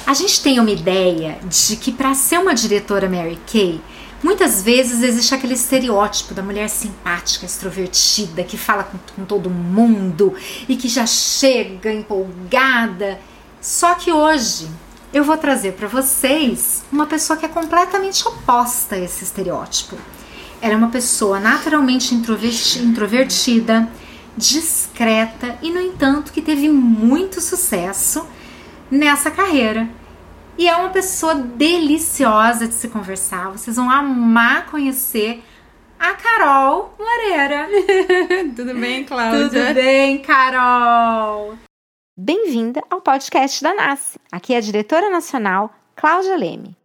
A gente tem uma ideia de que para ser uma diretora Mary Kay, muitas vezes existe aquele estereótipo da mulher simpática, extrovertida, que fala com todo mundo e que já chega empolgada. Só que hoje eu vou trazer para vocês uma pessoa que é completamente oposta a esse estereótipo. Ela é uma pessoa naturalmente introvertida, discreta e, no entanto, que teve muito sucesso nessa carreira. E é uma pessoa deliciosa de se conversar. Vocês vão amar conhecer a Carol Moreira. Tudo bem, Cláudia? Tudo bem, Carol? Bem-vinda ao podcast da Nasce. Aqui é a diretora nacional, Cláudia Leme.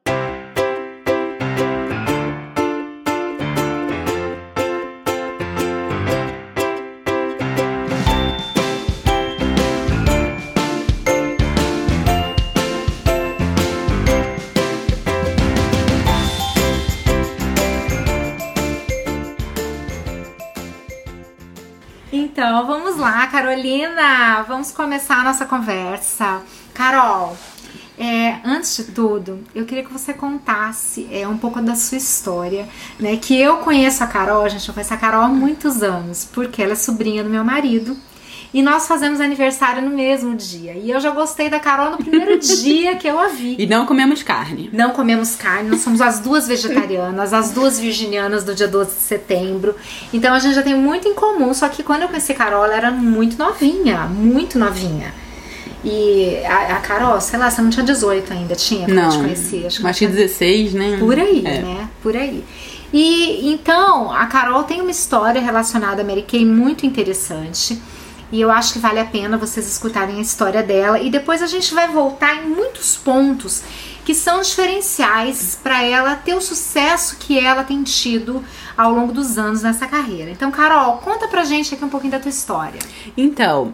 Então, vamos lá, Carolina, vamos começar a nossa conversa. Carol, antes de tudo, eu queria que você contasse um pouco da sua história, né? Que eu conheço a Carol, eu conheço a Carol há muitos anos, porque ela é sobrinha do meu marido. E nós fazemos aniversário no mesmo dia. E eu já gostei da Carol no primeiro dia que eu a vi. E não comemos carne. Não comemos carne, nós somos as duas vegetarianas, as duas virginianas do dia 12 de setembro. Então a gente já tem muito em comum. Só que quando eu conheci a Carol, ela era muito novinha, muito novinha. E a Carol, sei lá, você não tinha 18 ainda, tinha? Quando não, eu te conheci, acho que 16, né? Por aí, né? Por aí. E então, a Carol tem uma história relacionada a Mary Kay muito interessante. E eu acho que vale a pena vocês escutarem a história dela. E depois a gente vai voltar em muitos pontos que são diferenciais para ela ter o sucesso que ela tem tido ao longo dos anos nessa carreira. Então, Carol, conta pra gente aqui um pouquinho da tua história. Então,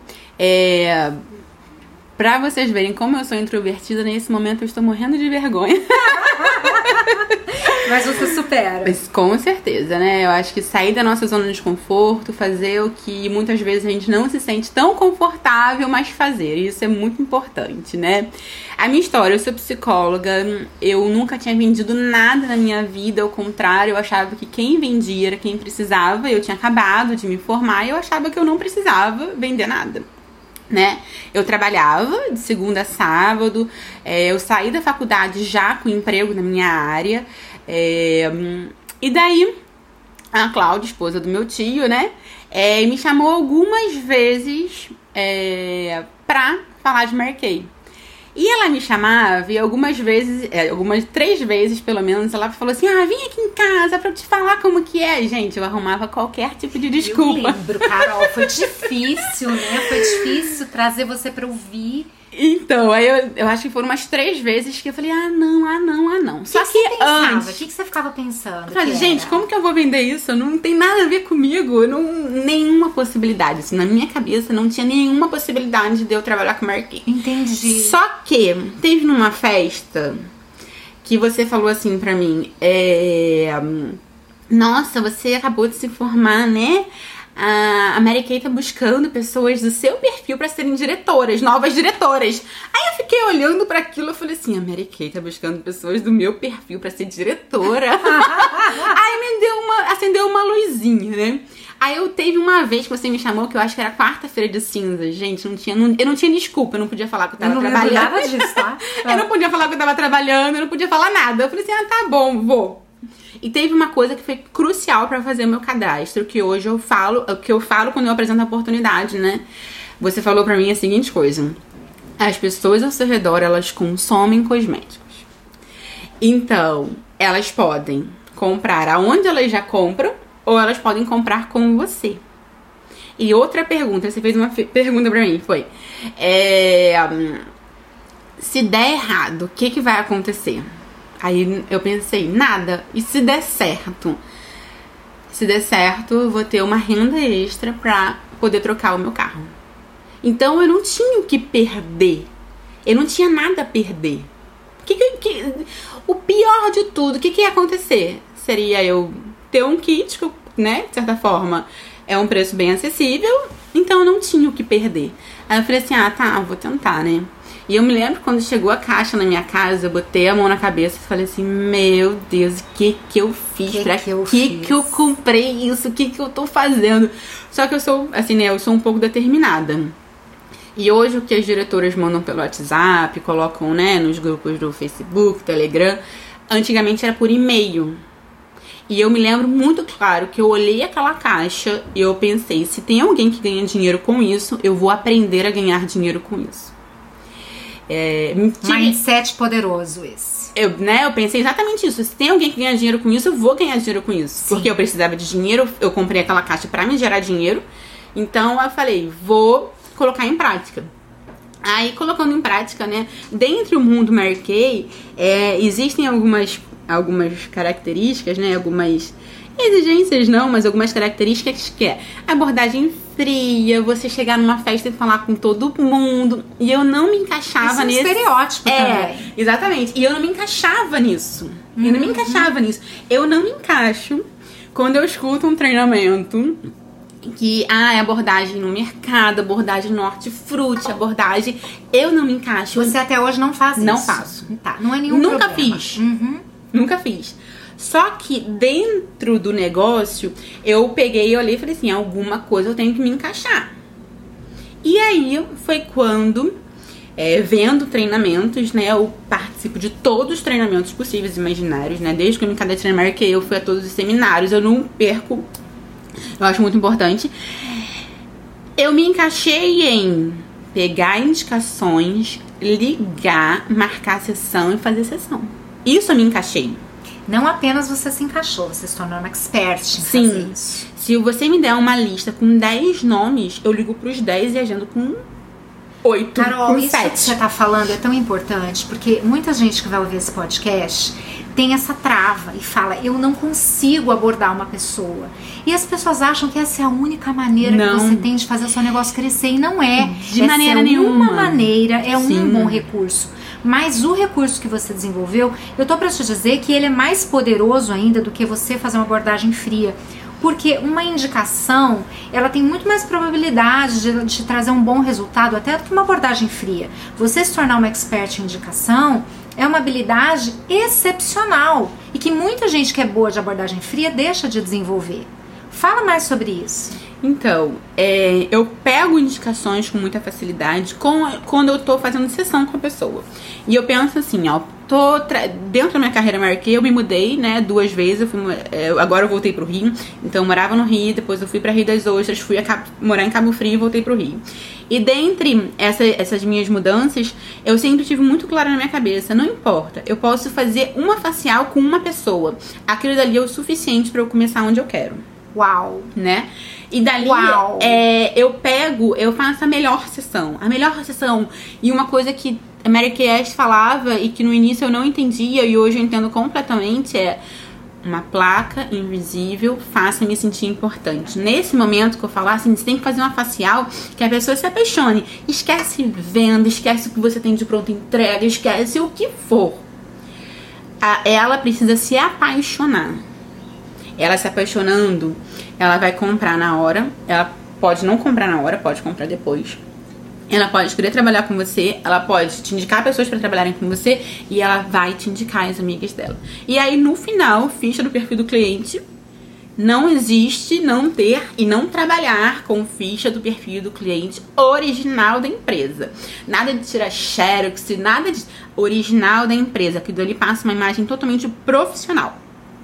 pra vocês verem como eu sou introvertida, nesse momento eu estou morrendo de vergonha. Mas você supera. Mas, com certeza, né? Eu acho que sair da nossa zona de conforto, fazer o que muitas vezes a gente não se sente tão confortável, mas fazer. Isso é muito importante, né? A minha história, eu sou psicóloga, eu nunca tinha vendido nada na minha vida, ao contrário, eu achava que quem vendia era quem precisava. Eu tinha acabado de me formar e eu achava que eu não precisava vender nada, né? Eu trabalhava de segunda a sábado, eu saí da faculdade já com emprego na minha área, e daí a Cláudia, esposa do meu tio, né, me chamou algumas vezes pra falar de Mary Kay. E ela me chamava e algumas vezes, 3 vezes pelo menos, ela falou assim: vem aqui em casa pra eu te falar como que é. Gente, eu arrumava qualquer tipo de desculpa. Eu lembro, Carol, foi difícil, né? Foi difícil trazer você pra ouvir. Então, aí eu acho que foram umas 3 vezes que eu falei, não. Só que antes... O que você ficava pensando? Eu falei, gente, como que eu vou vender isso? Não tem nada a ver comigo. Nenhuma possibilidade. Assim, na minha cabeça não tinha nenhuma possibilidade de eu trabalhar com Mary Kay. Entendi. Só que teve numa festa que você falou assim pra mim, nossa, você acabou de se formar, né? A Mary Kay tá buscando pessoas do seu perfil pra serem diretoras, novas diretoras. Aí eu fiquei olhando pra aquilo e falei assim, a Mary Kay tá buscando pessoas do meu perfil pra ser diretora. Aí acendeu uma luzinha, né? Aí teve uma vez que você me chamou, que eu acho que era quarta-feira de cinza. Gente, eu não tinha desculpa, eu não podia falar que eu tava trabalhando. Eu não lembro nada disso, tá? Eu não podia falar que eu tava trabalhando, eu não podia falar nada. Eu falei assim, tá bom, vou. E teve uma coisa que foi crucial pra fazer o meu cadastro, que hoje eu falo quando eu apresento a oportunidade, né? Você falou pra mim a seguinte coisa: as pessoas ao seu redor, elas consomem cosméticos. Então, elas podem comprar aonde elas já compram, ou elas podem comprar com você. E outra pergunta, você fez uma pergunta pra mim, foi: se der errado, o que vai acontecer? Aí eu pensei, nada. E se der certo? Se der certo, eu vou ter uma renda extra pra poder trocar o meu carro. Então eu não tinha o que perder. Eu não tinha nada a perder. O pior de tudo, o que ia acontecer? Seria eu ter um kit, né, de certa forma, é um preço bem acessível, então eu não tinha o que perder. Aí eu falei assim, vou tentar, né? E eu me lembro quando chegou a caixa na minha casa, eu botei a mão na cabeça e falei assim, meu Deus, o que eu fiz? Pra que eu comprei isso? O que eu tô fazendo? Só que eu sou, assim, né, eu sou um pouco determinada. E hoje o que as diretoras mandam pelo WhatsApp, colocam, né, nos grupos do Facebook, Telegram, antigamente era por e-mail. E eu me lembro muito claro que eu olhei aquela caixa e eu pensei, se tem alguém que ganha dinheiro com isso, eu vou aprender a ganhar dinheiro com isso. Mindset poderoso esse. Eu pensei exatamente isso. Se tem alguém que ganha dinheiro com isso, eu vou ganhar dinheiro com isso. Sim. Porque eu precisava de dinheiro, eu comprei aquela caixa pra me gerar dinheiro. Então eu falei, vou colocar em prática. Aí, colocando em prática, né, dentro do mundo Mary Kay, existem algumas características, né, algumas exigências não, mas algumas características que é abordagem fria, você chegar numa festa e falar com todo mundo, e eu não me encaixava nesse... Isso é um estereótipo também. Exatamente, e eu não me encaixava nisso. Eu não me encaixo quando eu escuto um treinamento que, é abordagem no mercado, abordagem no hortifruti, abordagem... Eu não me encaixo. Você até hoje não faz isso? Não faço. Tá, não é nenhum problema. Nunca fiz. Só que dentro do negócio, eu peguei e olhei e falei assim, alguma coisa eu tenho que me encaixar. E aí foi quando, vendo treinamentos, né, eu participo de todos os treinamentos possíveis e imaginários, né, desde que eu me cadastrei na Mary Kay, eu fui a todos os seminários, eu não perco, eu acho muito importante. Eu me encaixei em pegar indicações, ligar, marcar sessão e fazer sessão. Isso eu me encaixei. Não apenas você se encaixou, você se tornou uma expert em fazer isso. Se você me der uma lista com 10 nomes, eu ligo pros 10 e agendo com 8, Carol, com isso 7. que você tá falando é tão importante, porque muita gente que vai ouvir esse podcast tem essa trava e fala, eu não consigo abordar uma pessoa. E as pessoas acham que essa é a única maneira que você tem de fazer o seu negócio crescer, e não é. De maneira nenhuma. Uma maneira, um bom recurso. Mas o recurso que você desenvolveu, eu tô pra te dizer que ele é mais poderoso ainda do que você fazer uma abordagem fria. Porque uma indicação, ela tem muito mais probabilidade de trazer um bom resultado até do que uma abordagem fria. Você se tornar uma expert em indicação é uma habilidade excepcional e que muita gente que é boa de abordagem fria deixa de desenvolver. Fala mais sobre isso. Então, eu pego indicações com muita facilidade quando eu tô fazendo sessão com a pessoa. E eu penso assim, dentro da minha carreira Mary Kay, eu me mudei, né, 2 vezes. Agora eu voltei pro Rio. Então eu morava no Rio, depois eu fui pra Rio das Ostras, fui morar em Cabo Frio e voltei pro Rio. E dentre essas minhas mudanças, eu sempre tive muito claro na minha cabeça, não importa, eu posso fazer uma facial com uma pessoa. Aquilo dali é o suficiente pra eu começar onde eu quero. Uau! Né? E dali eu faço a melhor sessão. E uma coisa que a Mary Kay falava e que no início eu não entendia e hoje eu entendo completamente é uma placa invisível, faça-me sentir importante. Nesse momento que eu falar assim, você tem que fazer uma facial que a pessoa se apaixone. Esquece venda, esquece o que você tem de pronta entrega, esquece o que for. Ela precisa se apaixonar. Ela se apaixonando, ela vai comprar na hora. Ela pode não comprar na hora, pode comprar depois. Ela pode querer trabalhar com você, ela pode te indicar pessoas para trabalharem com você e ela vai te indicar as amigas dela. E aí no final, ficha do perfil do cliente. Não existe não ter e não trabalhar com ficha do perfil do cliente original da empresa. Nada de tirar xerox, nada de original da empresa, que dali passa uma imagem totalmente profissional.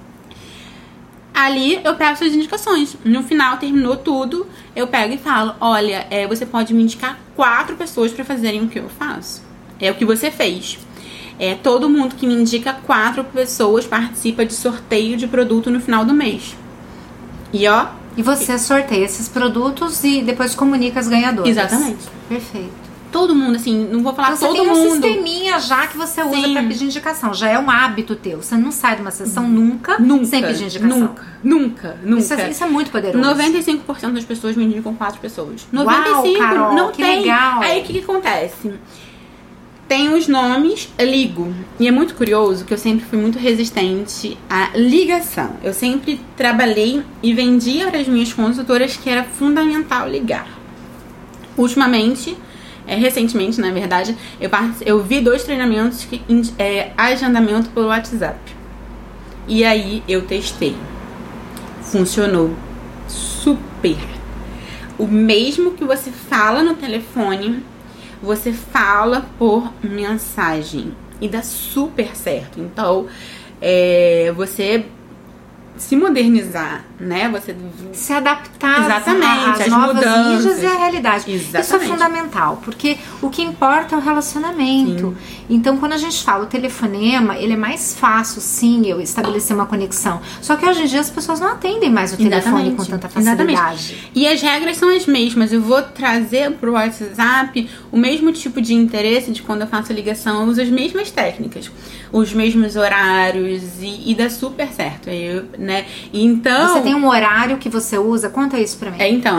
Ali eu peço as indicações. No final, terminou tudo, eu pego e falo, olha, você pode me indicar 4 pessoas para fazerem o que eu faço. É o que você fez. Todo mundo que me indica 4 pessoas participa de sorteio de produto no final do mês. E você sorteia esses produtos e depois comunica as ganhadoras. Exatamente. Perfeito. Todo mundo, assim, não vou falar então, todo mundo. Você tem um sisteminha já que você usa pra pedir indicação. Já é um hábito teu. Você não sai de uma sessão nunca sem pedir indicação. Nunca. Isso é muito poderoso. 95% das pessoas me indicam 4 pessoas. 95%. Uau, Carol, não que tem. Legal. Aí o que acontece? Tem os nomes, ligo. E é muito curioso que eu sempre fui muito resistente à ligação. Eu sempre trabalhei e vendia para as minhas consultoras que era fundamental ligar. Ultimamente, recentemente, na verdade, eu vi 2 treinamentos que agendamento pelo WhatsApp. E aí eu testei. Funcionou super. O mesmo que você fala no telefone, você fala por mensagem. E dá super certo. Então, você se modernizar, né? Você se adaptar exatamente às novas mídias e à realidade. Exatamente. Isso é fundamental, porque o que importa é o relacionamento. Sim. Então, quando a gente fala o telefonema, ele é mais fácil, sim, eu estabelecer uma conexão. Só que hoje em dia as pessoas não atendem mais o telefone com tanta facilidade. Exatamente. E as regras são as mesmas. Eu vou trazer pro WhatsApp o mesmo tipo de interesse de quando eu faço ligação. Eu uso as mesmas técnicas, os mesmos horários e dá super certo. Né? Então, você tem um horário que você usa? Conta isso pra mim.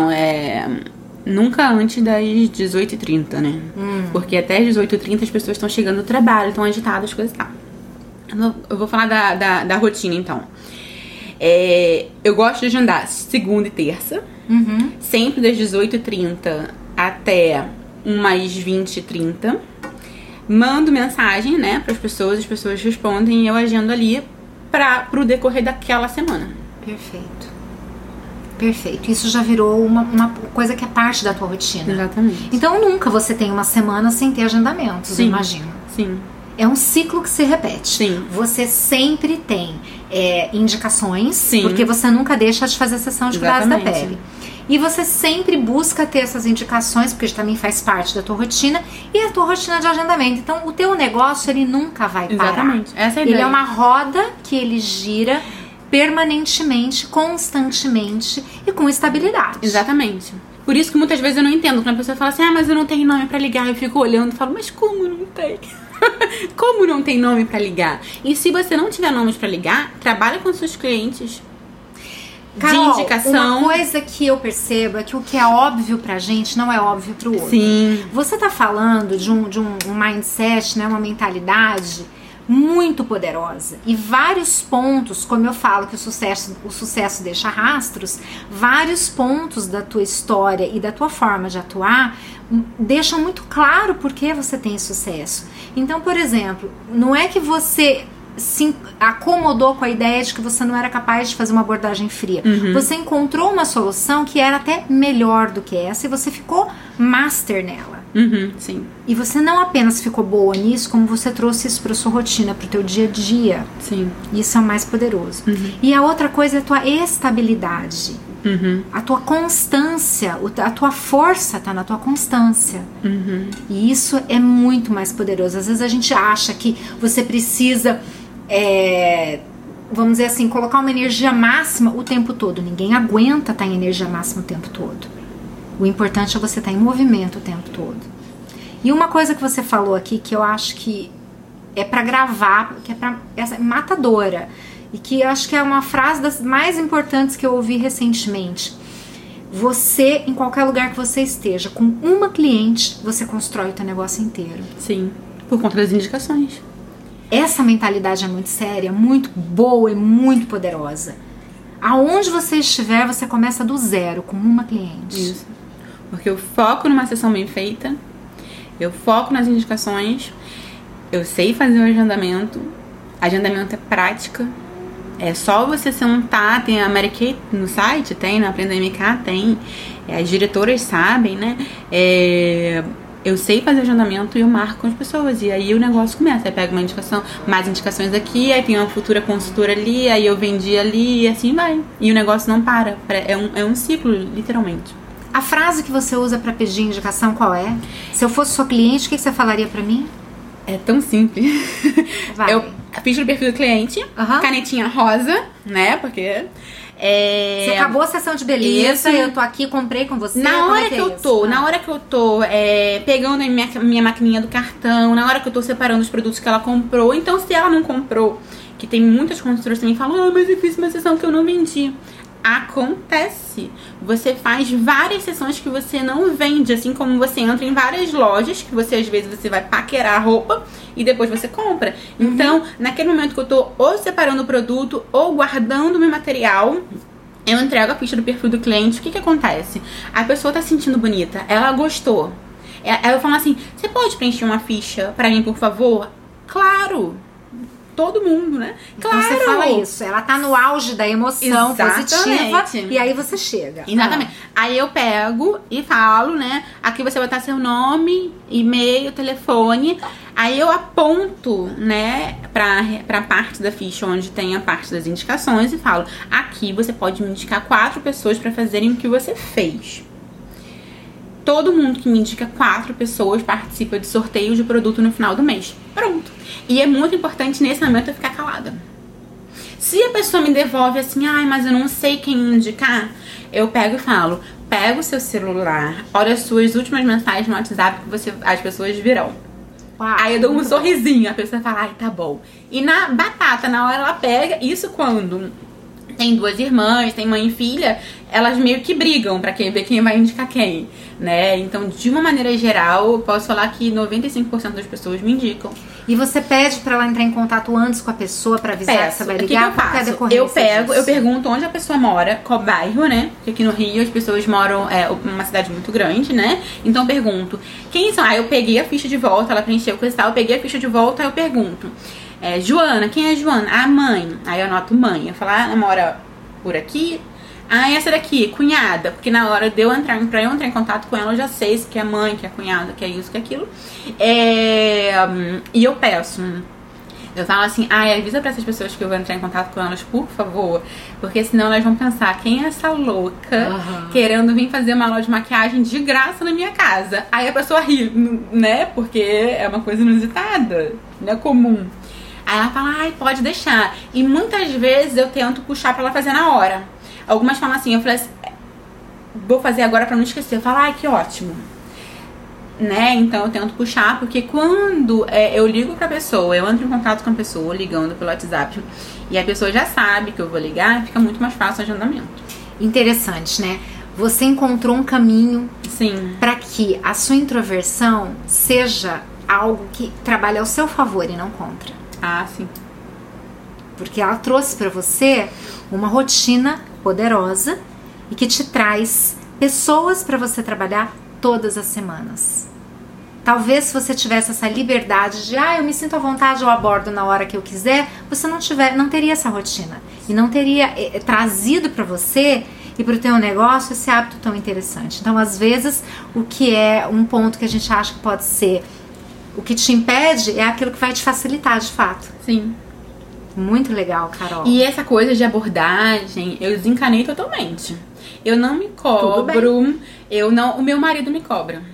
Nunca antes das 18h30, né? Porque até as 18h30 as pessoas estão chegando do trabalho, estão agitadas, coisas e tal. Eu vou falar da rotina, então. Eu gosto de agendar segunda e terça. Sempre das 18h30 até umas 20h30. Mando mensagem, né, pras pessoas, as pessoas respondem e eu agendo ali pro decorrer daquela semana. Perfeito. Isso já virou uma coisa que é parte da tua rotina. Exatamente. Então nunca você tem uma semana sem ter agendamentos, sim, eu imagino. Sim. É um ciclo que se repete. Sim. Você sempre tem indicações, sim, porque você nunca deixa de fazer sessão de cuidados da pele. E você sempre busca ter essas indicações, porque também faz parte da tua rotina, e a tua rotina de agendamento. Então, o teu negócio, ele nunca vai parar. Exatamente. Essa é a ideia. Ele é uma roda que ele gira permanentemente, constantemente e com estabilidade. Exatamente. Por isso que muitas vezes eu não entendo. Quando a pessoa fala assim, mas eu não tenho nome pra ligar. Eu fico olhando e falo, mas como não tem? Como não tem nome pra ligar? E se você não tiver nomes pra ligar, trabalha com seus clientes. Carol, de indicação. Uma coisa que eu percebo é que o que é óbvio pra gente não é óbvio pro outro. Sim. Você tá falando de um mindset, né, uma mentalidade muito poderosa. E vários pontos, como eu falo que o sucesso deixa rastros, vários pontos da tua história e da tua forma de atuar deixam muito claro por que você tem sucesso. Então, por exemplo, não é que você se acomodou com a ideia de que você não era capaz de fazer uma abordagem fria. Você encontrou uma solução que era até melhor do que essa e você ficou master nela. Sim. E você não apenas ficou boa nisso, como você trouxe isso para sua rotina, para o teu dia a dia. Sim. Isso é o mais poderoso. E a outra coisa é a tua estabilidade. A tua constância, a tua força está na tua constância. E isso é muito mais poderoso. Às vezes a gente acha que você precisa, vamos dizer assim, colocar uma energia máxima o tempo todo. Ninguém aguenta estar em energia máxima o tempo todo. O importante é você estar em movimento o tempo todo. E uma coisa que você falou aqui que eu acho que é para gravar, que é matadora, e que eu acho que é uma frase das mais importantes que eu ouvi recentemente. Você, em qualquer lugar que você esteja, com uma cliente, você constrói o teu negócio inteiro. Sim, por conta das indicações. Essa mentalidade é muito séria, muito boa e muito poderosa. Aonde você estiver, você começa do zero, com uma cliente. Isso. Porque eu foco numa sessão bem feita, eu foco nas indicações, eu sei fazer o agendamento. Agendamento é prática. É só você sentar, tem a Mary Kay no site, tem, na Aprenda MK, tem. As diretoras sabem, né? Eu sei fazer agendamento e eu marco com as pessoas. E aí o negócio começa. Aí pega uma indicação, mais indicações aqui, aí tem uma futura consultora ali, aí eu vendi ali e assim vai. E o negócio não para. É um ciclo, literalmente. A frase que você usa pra pedir indicação, qual é? Se eu fosse sua cliente, o que você falaria pra mim? É tão simples. Vai. Eu fiz o perfil do cliente, canetinha rosa, né? Porque... Você acabou a sessão de beleza, eu tô aqui, comprei com você. Na hora que eu tô pegando a minha maquininha do cartão, na hora que eu tô separando os produtos que ela comprou. Então, se ela não comprou, que tem muitas consultoras também falam, mas eu fiz uma sessão que eu não vendi. Acontece. Você faz várias sessões que você não vende, assim como você entra em várias lojas que você às vezes você vai paquerar a roupa e depois você compra. Então, naquele momento que eu tô ou separando o produto ou guardando o meu material, eu entrego a ficha do perfil do cliente. O que acontece? A pessoa tá se sentindo bonita, ela gostou. Aí eu falo assim, você pode preencher uma ficha pra mim, por favor? Claro! Todo mundo, né? Claro! Então você fala isso, ela tá no auge da emoção positiva e aí você chega. Exatamente. Aí eu pego e falo, né? Aqui você vai botar seu nome, e-mail, telefone. Aí eu aponto, né, pra parte da ficha onde tem a parte das indicações e falo, aqui você pode me indicar 4 pessoas pra fazerem o que você fez. Todo mundo que me indica 4 pessoas participa de sorteio de produto no final do mês. Pronto. E é muito importante nesse momento eu ficar calada. Se a pessoa me devolve assim, ai, mas eu não sei quem indicar, eu pego e falo, pega o seu celular, olha as suas últimas mensagens no WhatsApp que as pessoas virão. Uau, aí eu dou um sorrisinho, a pessoa fala, ai, tá bom. E na batata, na hora ela pega, isso quando tem 2 irmãs, tem mãe e filha, elas meio que brigam pra ver quem vai indicar quem, né? Então, de uma maneira geral, eu posso falar que 95% das pessoas me indicam. E você pede pra ela entrar em contato antes com a pessoa pra avisar que você vai ligar? O que eu faço? Eu pergunto onde a pessoa mora, qual bairro, né? Porque aqui no Rio as pessoas moram uma cidade muito grande, né? Então eu pergunto, quem são? Aí eu peguei a ficha de volta, ela preencheu com esse tal, eu peguei a ficha de volta, aí eu pergunto, Joana, quem é Joana? A mãe. Aí eu anoto mãe. Eu falo, ela mora por aqui? Ah, essa daqui, cunhada. Porque na hora de eu entrar em contato com ela, eu já sei se que é mãe, que é cunhada, que é isso, que é aquilo. E eu peço. Eu falo assim, avisa pra essas pessoas que eu vou entrar em contato com elas, por favor. Porque senão elas vão pensar, quem é essa louca querendo vir fazer uma aula de maquiagem de graça na minha casa? Aí a pessoa ri, né? Porque é uma coisa inusitada, não é comum. Aí ela fala, pode deixar. E muitas vezes eu tento puxar pra ela fazer na hora. Algumas falam assim, eu falei assim, vou fazer agora pra não esquecer. Eu falo, que ótimo. Né? Então eu tento puxar, porque quando eu ligo pra pessoa, eu entro em contato com a pessoa, ligando pelo WhatsApp, e a pessoa já sabe que eu vou ligar, fica muito mais fácil o agendamento. Interessante, né? Você encontrou um caminho para que a sua introversão seja algo que trabalhe ao seu favor e não contra. Sim. Porque ela trouxe para você uma rotina poderosa e que te traz pessoas para você trabalhar todas as semanas. Talvez se você tivesse essa liberdade de eu me sinto à vontade, eu abordo na hora que eu quiser, você não teria essa rotina e não teria trazido para você e para o teu negócio esse hábito tão interessante. Então, às vezes, o que é um ponto que a gente acha que pode ser o que te impede é aquilo que vai te facilitar de fato. Sim. Muito legal, Carol. E essa coisa de abordagem, eu desencanei totalmente. Eu não me cobro. O meu marido me cobra.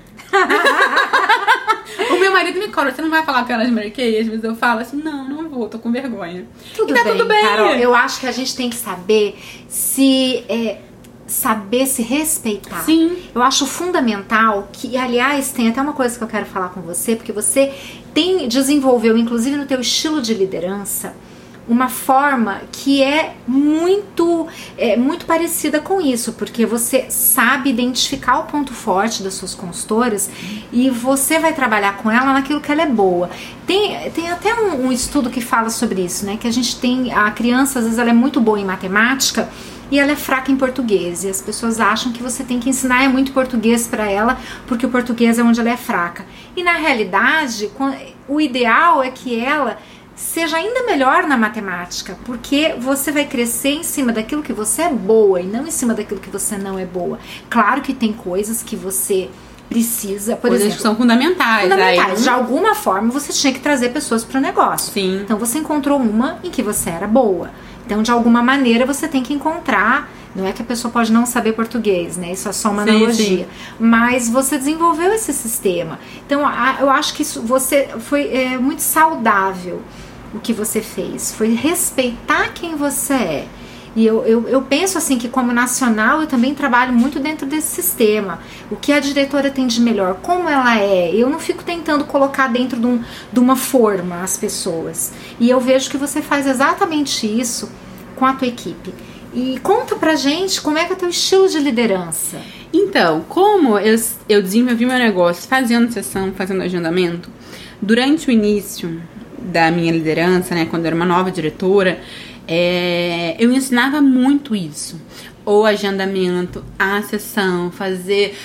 O meu marido me cobra. Você não vai falar com elas Mary Kay? Às vezes eu falo assim, não vou, tô com vergonha. Tudo bem, Carol. Eu acho que a gente tem que saber se respeitar. Sim. Eu acho fundamental que, aliás, tem até uma coisa que eu quero falar com você, porque você desenvolveu, inclusive no teu estilo de liderança, uma forma que é muito parecida com isso, porque você sabe identificar o ponto forte das suas consultoras e você vai trabalhar com ela naquilo que ela é boa. Tem até um estudo que fala sobre isso, né? Que a criança, às vezes, ela é muito boa em matemática e ela é fraca em português. E as pessoas acham que você tem que ensinar muito português para ela, porque o português é onde ela é fraca. E na realidade, o ideal é que ela seja ainda melhor na matemática, porque você vai crescer em cima daquilo que você é boa e não em cima daquilo que você não é boa. Claro que tem coisas que você precisa, por exemplo, que são fundamentais. De alguma forma você tinha que trazer pessoas para o negócio. Sim. Então você encontrou uma em que você era boa. Então, de alguma maneira, você tem que encontrar. Não é que a pessoa pode não saber português, né? Isso é só uma analogia. Mas você desenvolveu esse sistema. Então, eu acho que isso foi muito saudável o que você fez. Foi respeitar quem você é. E eu penso assim que, como nacional, eu também trabalho muito dentro desse sistema. O que a diretora tem de melhor, como ela é. Eu não fico tentando colocar dentro de uma forma as pessoas. E eu vejo que você faz exatamente isso com a tua equipe. E conta pra gente como é que é o teu estilo de liderança. Então, como eu desenvolvi meu negócio fazendo sessão, fazendo agendamento, durante o início da minha liderança, né, quando eu era uma nova diretora, eu ensinava muito isso. O agendamento, a sessão, fazer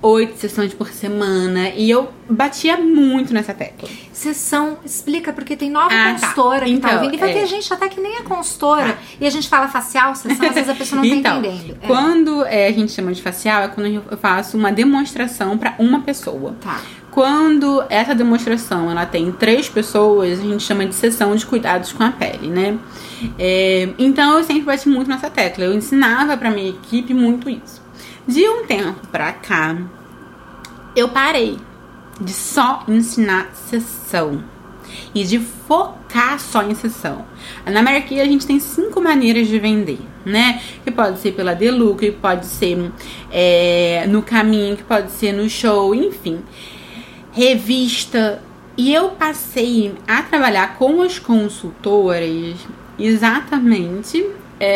8 sessões por semana. E eu batia muito nessa tecla. Sessão, explica, porque tem nova consultora tá. que Então, tá ouvindo. E vai ter gente até que nem é consultora. E a gente fala facial, sessão, às vezes a pessoa não tá entendendo. Quando a gente chama de facial, é quando eu faço uma demonstração pra uma pessoa. Tá. Quando essa demonstração ela tem 3 pessoas, a gente chama de sessão de cuidados com a pele, né? Então eu sempre bati muito nessa tecla. Eu ensinava pra minha equipe muito isso. De um tempo pra cá, eu parei de só ensinar sessão e de focar só em sessão. Na Mary Kay a gente tem 5 maneiras de vender, né? Que pode ser pela Deluca, que pode ser no caminho, que pode ser no show, enfim. Revista. E eu passei a trabalhar com as consultoras exatamente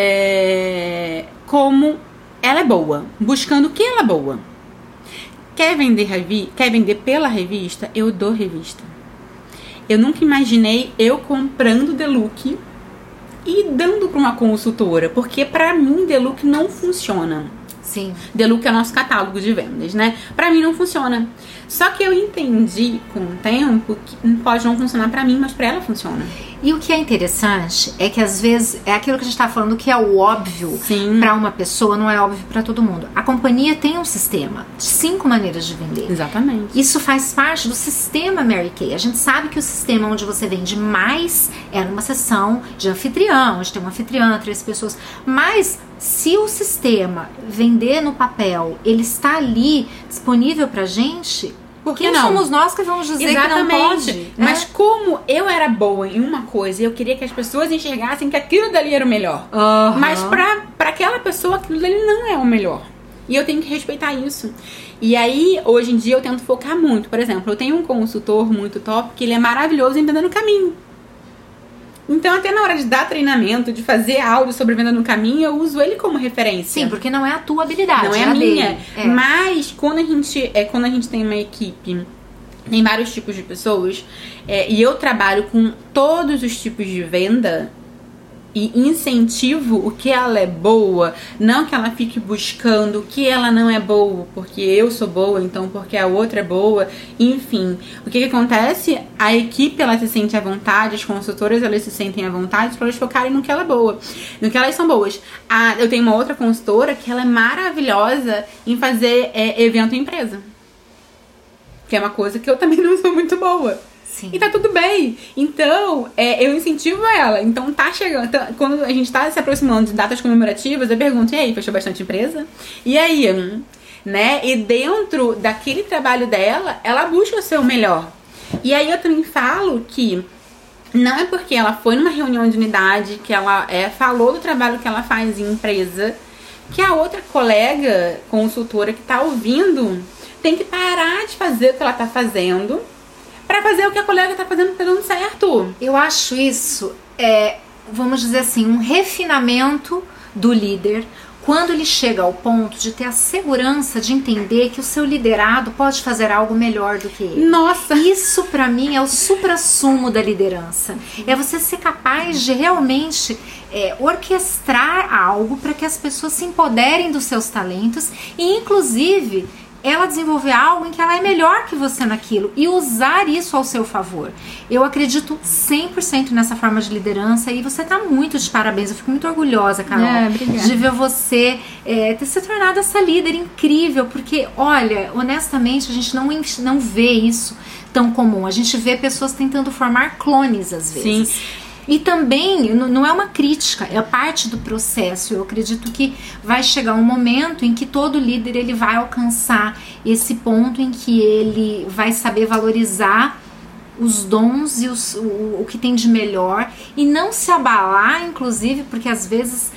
como ela é boa, buscando o que ela é boa. Quer vender pela revista? Eu dou revista. Eu nunca imaginei eu comprando The Look e dando para uma consultora, porque para mim The Look não funciona. Sim. The Look é nosso catálogo de vendas, né? Pra mim não funciona. Só que eu entendi com o tempo que pode não funcionar pra mim, mas pra ela funciona. E o que é interessante é que às vezes é aquilo que a gente tá falando, que é o óbvio pra uma pessoa, não é óbvio pra todo mundo. A companhia tem um sistema de 5 maneiras de vender. Exatamente. Isso faz parte do sistema Mary Kay. A gente sabe que o sistema onde você vende mais é numa sessão de anfitrião, onde tem uma anfitriã, 3 pessoas. Mas se o sistema vender no papel, ele está ali disponível pra gente, quem somos nós que vamos dizer que não pode? Mas como eu era boa em uma coisa e eu queria que as pessoas enxergassem que aquilo dali era o melhor. Mas pra aquela pessoa aquilo dali não é o melhor. E eu tenho que respeitar isso. E aí, hoje em dia, eu tento focar muito. Por exemplo, eu tenho um consultor muito top que ele é maravilhoso em venda no caminho. Então, até na hora de dar treinamento, de fazer áudio sobre venda no caminho, eu uso ele como referência. Sim, porque não é a tua habilidade, não é a minha. Mas, quando a gente tem uma equipe, tem vários tipos de pessoas, e eu trabalho com todos os tipos de venda, e incentivo o que ela é boa, não que ela fique buscando o que ela não é boa, porque eu sou boa, então porque a outra é boa, enfim. O que acontece? A equipe, ela se sente à vontade, as consultoras, elas se sentem à vontade para elas focarem no que ela é boa, no que elas são boas. Eu tenho uma outra consultora que ela é maravilhosa em fazer evento em empresa, que é uma coisa que eu também não sou muito boa. Sim. E tá tudo bem. Então, eu incentivo ela. Então, tá chegando. Então, quando a gente tá se aproximando de datas comemorativas, eu pergunto: e aí, fechou bastante empresa? E aí? Né? E dentro daquele trabalho dela, ela busca o seu melhor. E aí, eu também falo que não é porque ela foi numa reunião de unidade, que ela falou do trabalho que ela faz em empresa, que a outra colega consultora que tá ouvindo tem que parar de fazer o que ela tá fazendo pra fazer o que a colega tá fazendo, tá dando certo. Eu acho isso, vamos dizer assim, um refinamento do líder, quando ele chega ao ponto de ter a segurança de entender que o seu liderado pode fazer algo melhor do que ele. Nossa! Isso pra mim é o suprassumo da liderança. É você ser capaz de realmente orquestrar algo para que as pessoas se empoderem dos seus talentos e, inclusive, ela desenvolver algo em que ela é melhor que você naquilo e usar isso ao seu favor. Eu acredito 100% nessa forma de liderança e você tá muito de parabéns. Eu fico muito orgulhosa, Carol, de ver você ter se tornado essa líder incrível, porque, olha, honestamente, a gente não vê isso tão comum. A gente vê pessoas tentando formar clones às vezes. Sim. E também, não é uma crítica, é parte do processo. Eu acredito que vai chegar um momento em que todo líder ele vai alcançar esse ponto em que ele vai saber valorizar os dons e o que tem de melhor e não se abalar, inclusive, porque às vezes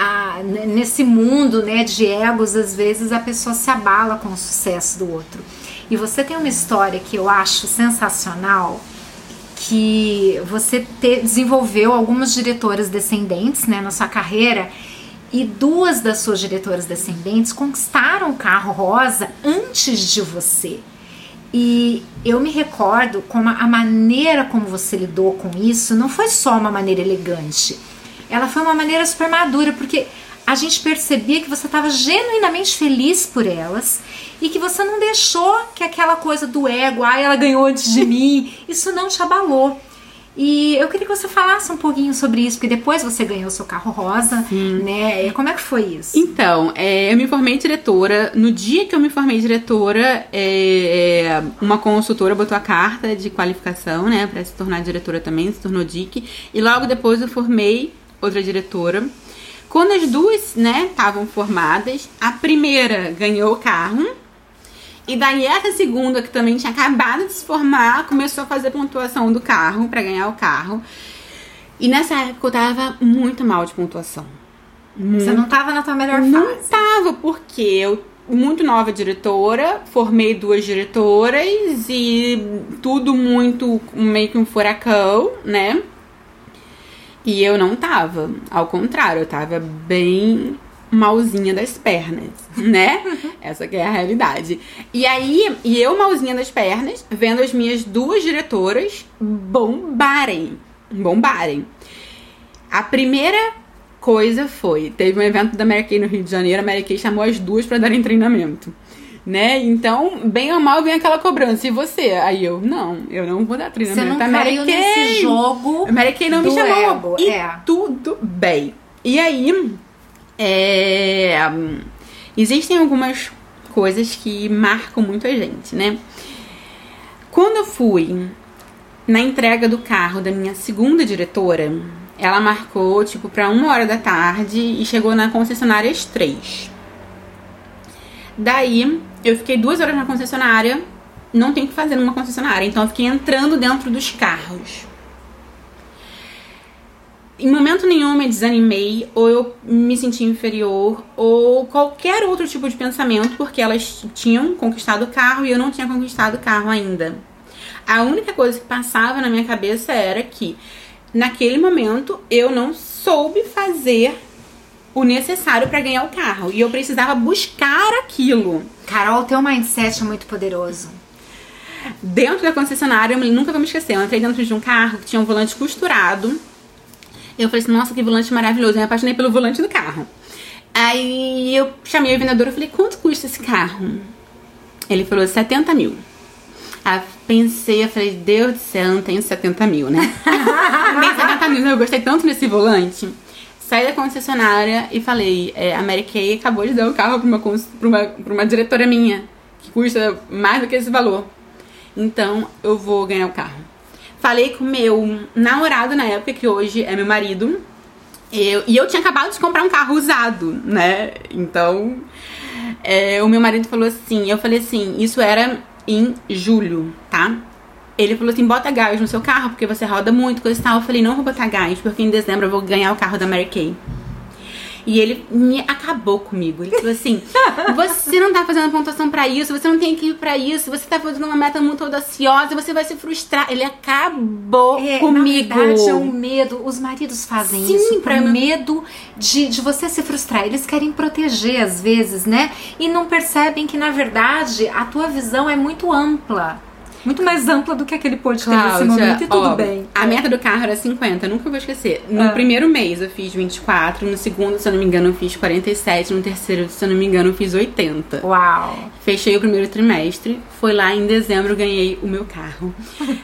nesse mundo, né, de egos, às vezes a pessoa se abala com o sucesso do outro. E você tem uma história que eu acho sensacional, que você desenvolveu algumas diretoras descendentes, né, na sua carreira, e 2 das suas diretoras descendentes conquistaram o carro rosa antes de você. E eu me recordo como a maneira como você lidou com isso não foi só uma maneira elegante, ela foi uma maneira super madura, porque a gente percebia que você estava genuinamente feliz por elas e que você não deixou que aquela coisa do ego, ela ganhou antes de mim, isso não te abalou. E eu queria que você falasse um pouquinho sobre isso, porque depois você ganhou seu carro rosa, né? Como é que foi isso? Então, eu me formei diretora. No dia que eu me formei diretora, uma consultora botou a carta de qualificação, né, pra se tornar diretora também, se tornou DIC. E logo depois eu formei outra diretora. Quando as duas, né, estavam formadas, a primeira ganhou o carro. E daí essa segunda, que também tinha acabado de se formar, começou a fazer pontuação do carro pra ganhar o carro. E nessa época eu tava muito mal de pontuação. Você não tava na tua melhor fase? Não tava, porque eu, muito nova diretora, formei 2 diretoras e tudo muito, meio que um furacão, né? E eu não tava. Ao contrário, eu tava bem malzinha das pernas, né? Essa que é a realidade. E aí, eu malzinha das pernas, vendo as minhas 2 diretoras bombarem. A primeira coisa foi, teve um evento da Mary Kay no Rio de Janeiro, a Mary Kay chamou as 2 pra darem treinamento, né? Então, bem ou mal, vem aquela cobrança. E você? Aí eu não vou dar treinamento. Você não caiu nesse jogo. A Mary Kay não me chamou. Ego, e tudo bem. E aí, existem algumas coisas que marcam muito a gente, né? Quando eu fui na entrega do carro da minha segunda diretora, ela marcou, tipo, pra 1h da tarde e chegou na concessionária às 3. Daí, eu fiquei 2 horas na concessionária, não tem o que fazer numa concessionária, então eu fiquei entrando dentro dos carros. Em momento nenhum eu me desanimei, ou eu me senti inferior, ou qualquer outro tipo de pensamento, porque elas tinham conquistado o carro e eu não tinha conquistado o carro ainda. A única coisa que passava na minha cabeça era que, naquele momento, eu não soube fazer o necessário para ganhar o carro. E eu precisava buscar aquilo. Carol, o teu mindset é muito poderoso. Dentro da concessionária, eu nunca vou me esquecer, eu entrei dentro de um carro que tinha um volante costurado. Eu falei assim, nossa, que volante maravilhoso. Eu me apaixonei pelo volante do carro. Aí eu chamei o vendedor e falei, quanto custa esse carro? Ele falou, 70 mil. Aí eu falei, Deus do céu, não tenho 70 mil, né? Nem 70 mil, eu gostei tanto desse volante. Saí da concessionária e falei, a Mary Kay acabou de dar o carro pra uma diretora minha, que custa mais do que esse valor. Então, eu vou ganhar o carro. Falei com o meu namorado na época, que hoje é meu marido. E eu tinha acabado de comprar um carro usado, né? Então, o meu marido falou assim, eu falei assim, isso era em julho, tá? Ele falou assim, bota gás no seu carro, porque você roda muito, coisa e tal. Eu falei, não vou botar gás, porque em dezembro eu vou ganhar o carro da Mary Kay. E ele me acabou comigo. Ele falou assim, você não tá fazendo pontuação pra isso, você não tem equipe pra isso, você tá fazendo uma meta muito audaciosa, você vai se frustrar. Ele acabou comigo. Na verdade, é um medo. Os maridos fazem isso por medo de você se frustrar. Eles querem proteger, às vezes, né? E não percebem que, na verdade, a tua visão é muito ampla. Muito mais ampla do que aquele pode ter nesse momento, e tudo bem. A meta do carro era 50, nunca vou esquecer. No primeiro mês eu fiz 24, no segundo, se eu não me engano, eu fiz 47, no terceiro, se eu não me engano, eu fiz 80. Uau! Fechei o primeiro trimestre, foi lá em dezembro, ganhei o meu carro.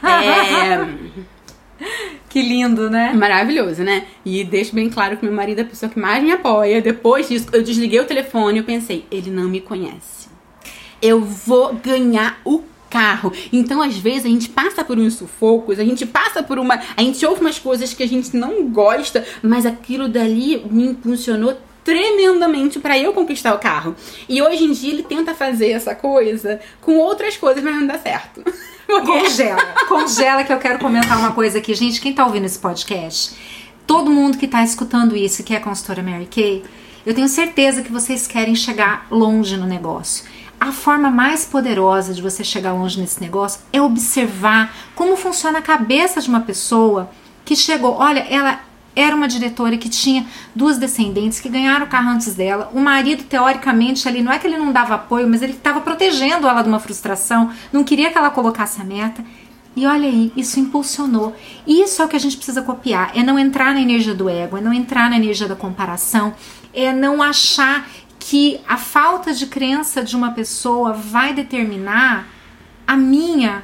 Que lindo, né? Maravilhoso, né? E deixo bem claro que meu marido é a pessoa que mais me apoia. Depois disso, eu desliguei o telefone e eu pensei, ele não me conhece. Eu vou ganhar o carro. Então, às vezes, a gente passa por uns sufocos, a gente ouve umas coisas que a gente não gosta, mas aquilo dali me impulsionou tremendamente pra eu conquistar o carro. E hoje em dia ele tenta fazer essa coisa com outras coisas, mas não dá certo. Congela que eu quero comentar uma coisa aqui. Gente, quem tá ouvindo esse podcast, todo mundo que tá escutando isso, que é a consultora Mary Kay, eu tenho certeza que vocês querem chegar longe no negócio. A forma mais poderosa de você chegar longe nesse negócio é observar como funciona a cabeça de uma pessoa que chegou. Olha, ela era uma diretora que tinha 2 descendentes que ganharam o carro antes dela. O marido, teoricamente, ali, não é que ele não dava apoio, mas ele estava protegendo ela de uma frustração, não queria que ela colocasse a meta. E olha aí, isso impulsionou. Isso é o que a gente precisa copiar. É não entrar na energia do ego, é não entrar na energia da comparação, é não achar que a falta de crença de uma pessoa vai determinar a minha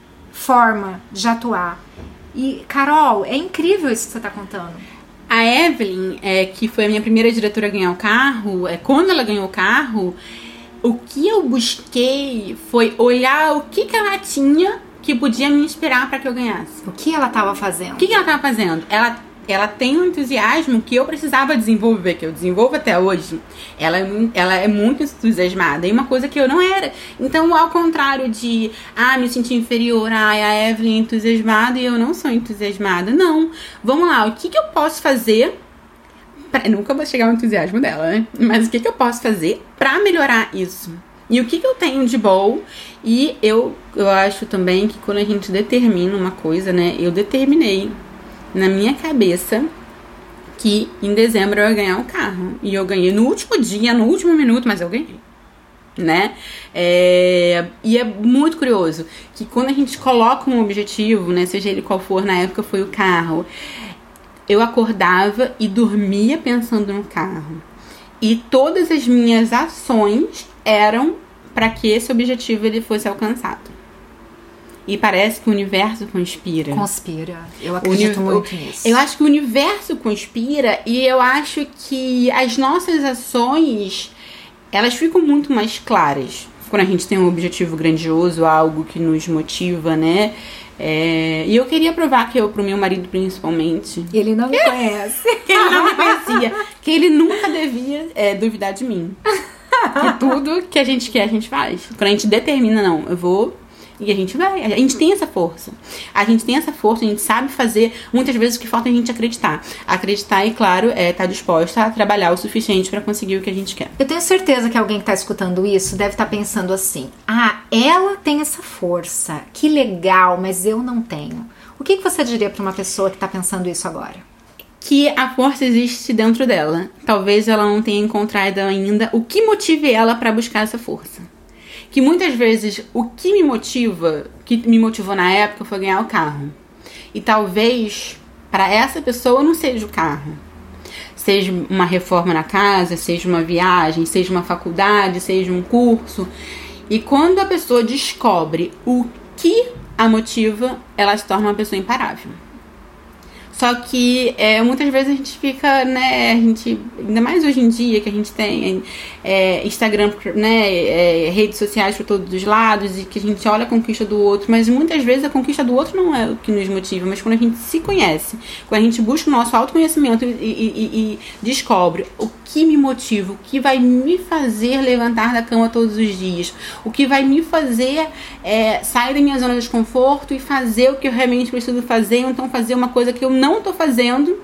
forma de atuar. E, Carol, é incrível isso que você está contando. A Evelyn, que foi a minha primeira diretora a ganhar o carro, quando ela ganhou o carro, o que eu busquei foi olhar o que ela tinha que podia me inspirar para que eu ganhasse. O que ela estava fazendo? O que ela estava fazendo? Ela tem um entusiasmo que eu precisava desenvolver, que eu desenvolvo até hoje. Ela é muito entusiasmada. E uma coisa que eu não era. Então, ao contrário de, me sentir inferior, a Evelyn é entusiasmada e eu não sou entusiasmada. Não. Vamos lá, o que eu posso fazer? Nunca vou chegar ao entusiasmo dela, né? Mas o que eu posso fazer pra melhorar isso? E o que eu tenho de bom? E eu acho também que quando a gente determina uma coisa, né? Eu determinei na minha cabeça que em dezembro eu ia ganhar um carro. E eu ganhei no último dia, no último minuto, mas eu ganhei, né? E é muito curioso que quando a gente coloca um objetivo, né? Seja ele qual for, na época foi o carro, eu acordava e dormia pensando no carro. E todas as minhas ações eram para que esse objetivo ele fosse alcançado. E parece que o universo conspira. Conspira. Eu acredito muito nisso. Eu acho que o universo conspira e eu acho que as nossas ações, elas ficam muito mais claras. Quando a gente tem um objetivo grandioso, algo que nos motiva, né? E eu queria provar que pro meu marido, principalmente... Ele não me conhece. Ele não me conhecia. Que ele nunca devia duvidar de mim. Que tudo que a gente quer, a gente faz. Quando a gente determina, não, eu vou... E a gente vai, a gente tem essa força. A gente sabe fazer. Muitas vezes o que falta é a gente acreditar. Acreditar e, claro, tá disposta a trabalhar o suficiente pra conseguir o que a gente quer. Eu tenho certeza que alguém que tá escutando isso deve estar pensando assim: ela tem essa força, que legal, mas eu não tenho. O que você diria pra uma pessoa que tá pensando isso agora? Que a força existe dentro dela. Talvez ela não tenha encontrado ainda o que motive ela pra buscar essa força. Que muitas vezes o que me motivou na época foi ganhar o carro. E talvez para essa pessoa não seja o carro. Seja uma reforma na casa, seja uma viagem, seja uma faculdade, seja um curso. E quando a pessoa descobre o que a motiva, ela se torna uma pessoa imparável. Só que muitas vezes a gente fica, né, ainda mais hoje em dia que a gente tem Instagram, né, redes sociais por todos os lados e que a gente olha a conquista do outro, mas muitas vezes a conquista do outro não é o que nos motiva, mas quando a gente se conhece, quando a gente busca o nosso autoconhecimento e descobre o que me motiva, o que vai me fazer levantar da cama todos os dias, o que vai me fazer sair da minha zona de desconforto e fazer o que eu realmente preciso fazer, ou então fazer uma coisa que eu não tô fazendo,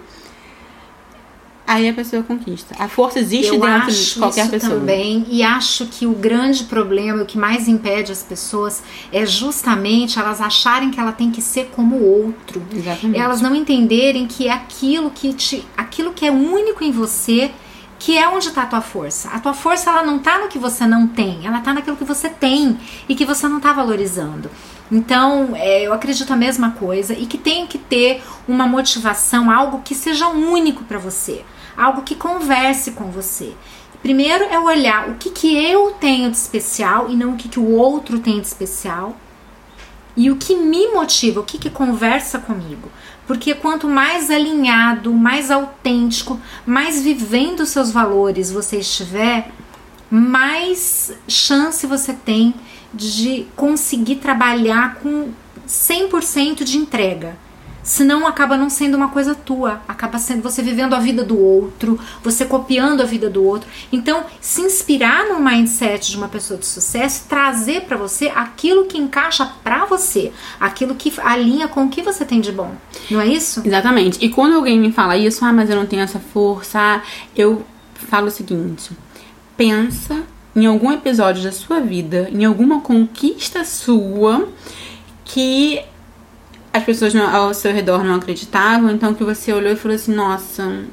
aí a pessoa conquista. A força existe dentro de qualquer pessoa. Também, e acho que o grande problema, o que mais impede as pessoas é justamente elas acharem que ela tem que ser como o outro. Exatamente. Elas não entenderem que é aquilo que é único em você, que é onde está a tua força. A tua força, ela não está no que você não tem, ela está naquilo que você tem e que você não está valorizando. Então, eu acredito a mesma coisa e que tem que ter uma motivação, algo que seja único para você, algo que converse com você. Primeiro é olhar o que eu tenho de especial e não o que o outro tem de especial e o que me motiva, o que conversa comigo. Porque quanto mais alinhado, mais autêntico, mais vivendo os seus valores você estiver, mais chance você tem de conseguir trabalhar com 100% de entrega. Senão acaba não sendo uma coisa tua, acaba sendo você vivendo a vida do outro, você copiando a vida do outro. Então, se inspirar no mindset de uma pessoa de sucesso, trazer para você aquilo que encaixa para você, aquilo que alinha com o que você tem de bom. Não é isso? Exatamente. E quando alguém me fala isso, mas eu não tenho essa força, eu falo o seguinte: pensa em algum episódio da sua vida, em alguma conquista sua que as pessoas ao seu redor não acreditavam, então que você olhou e falou assim: nossa,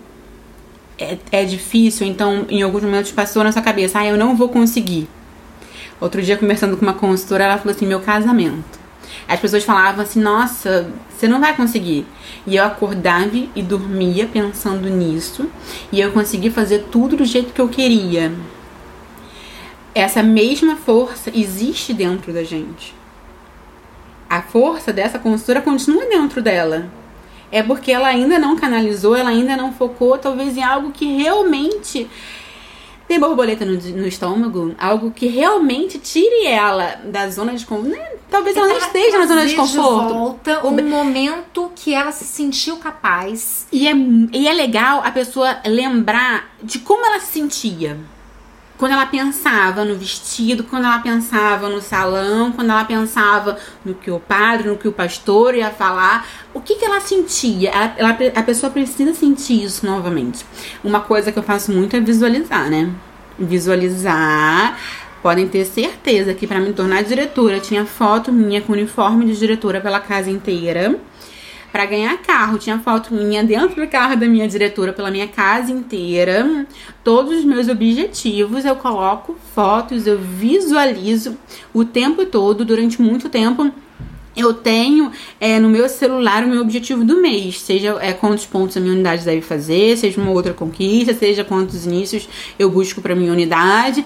é difícil. Então em alguns momentos passou na sua cabeça: eu não vou conseguir. Outro dia, conversando com uma consultora, ela falou assim: meu casamento. As pessoas falavam assim, nossa, você não vai conseguir. E eu acordava e dormia pensando nisso. E eu consegui fazer tudo do jeito que eu queria. Essa mesma força existe dentro da gente. A força dessa consultora continua dentro dela. É porque ela ainda não canalizou, ela ainda não focou, talvez em algo que realmente tem borboleta no estômago, algo que realmente tire ela da zona de conforto. Talvez ela não esteja na zona de conforto. De volta o momento que ela se sentiu capaz. E é legal a pessoa lembrar de como ela se sentia. Quando ela pensava no vestido, quando ela pensava no salão, quando ela pensava no que o padre, no que o pastor ia falar, o que ela sentia? A pessoa precisa sentir isso novamente. Uma coisa que eu faço muito é visualizar, né? Visualizar. Podem ter certeza que para me tornar diretora, eu tinha foto minha com uniforme de diretora pela casa inteira. Para ganhar carro, tinha foto minha dentro do carro da minha diretora pela minha casa inteira. Todos os meus objetivos, eu coloco fotos, eu visualizo o tempo todo, durante muito tempo. Eu tenho no meu celular o meu objetivo do mês, seja quantos pontos a minha unidade deve fazer, seja uma outra conquista, seja quantos inícios eu busco para minha unidade,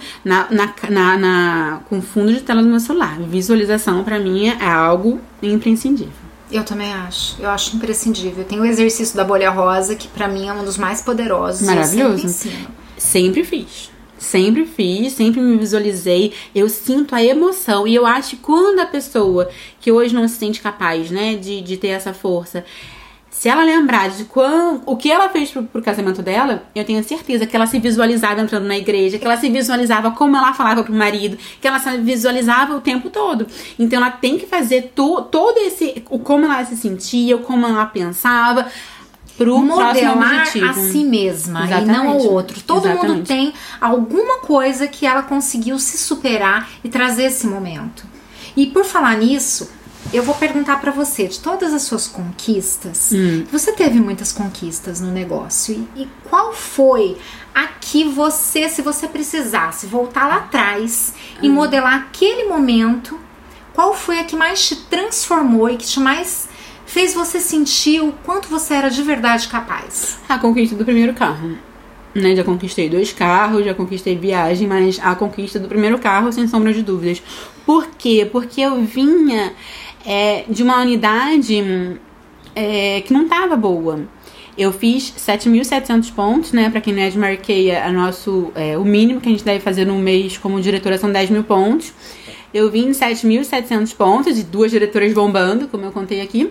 com fundo de tela do meu celular. Visualização para mim é algo imprescindível. Eu também acho. Eu acho imprescindível. Tem o exercício da bolha rosa, que pra mim é um dos mais poderosos. Maravilhoso. Sempre fiz. Sempre fiz, sempre me visualizei. Eu sinto a emoção. E eu acho que quando a pessoa que hoje não se sente capaz, né, de ter essa força, se ela lembrar de o que ela fez pro casamento dela, eu tenho certeza que ela se visualizava entrando na igreja, que ela se visualizava como ela falava pro marido, que ela se visualizava o tempo todo. Então ela tem que fazer todo esse, como ela se sentia, como ela pensava, pro próximo objetivo. A si mesma. Exatamente. E não ao outro. Todo Exatamente. mundo tem alguma coisa que ela conseguiu se superar e trazer esse momento. E por falar nisso, eu vou perguntar pra você, de todas as suas conquistas, você teve muitas conquistas no negócio, e qual foi a que você, se você precisasse voltar lá atrás e modelar aquele momento, qual foi a que mais te transformou e que te mais fez você sentir o quanto você era de verdade capaz? A conquista do primeiro carro. Né, já conquistei 2 carros, já conquistei viagem, mas a conquista do primeiro carro, sem sombra de dúvidas. Por quê? Porque eu vinha de uma unidade que não estava boa. Eu fiz 7.700 pontos, né? Pra quem não é de Mary Kay, o mínimo que a gente deve fazer no mês como diretora são 10 mil pontos. Eu vim em 7.700 pontos, de 2 diretoras bombando, como eu contei aqui.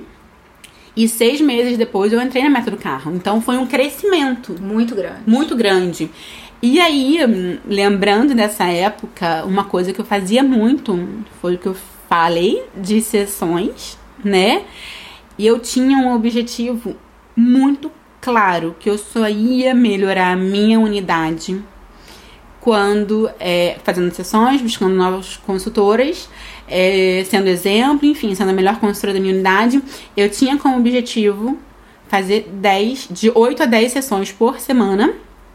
E 6 meses depois eu entrei na meta do carro. Então foi um crescimento muito grande. Muito grande. E aí, lembrando dessa época, uma coisa que eu fazia muito foi o que eu falei de sessões, né? E eu tinha um objetivo muito claro, que eu só ia melhorar a minha unidade quando fazendo sessões, buscando novas consultoras, sendo exemplo, enfim, sendo a melhor consultora da minha unidade. Eu tinha como objetivo fazer de 8 a 10 sessões por semana.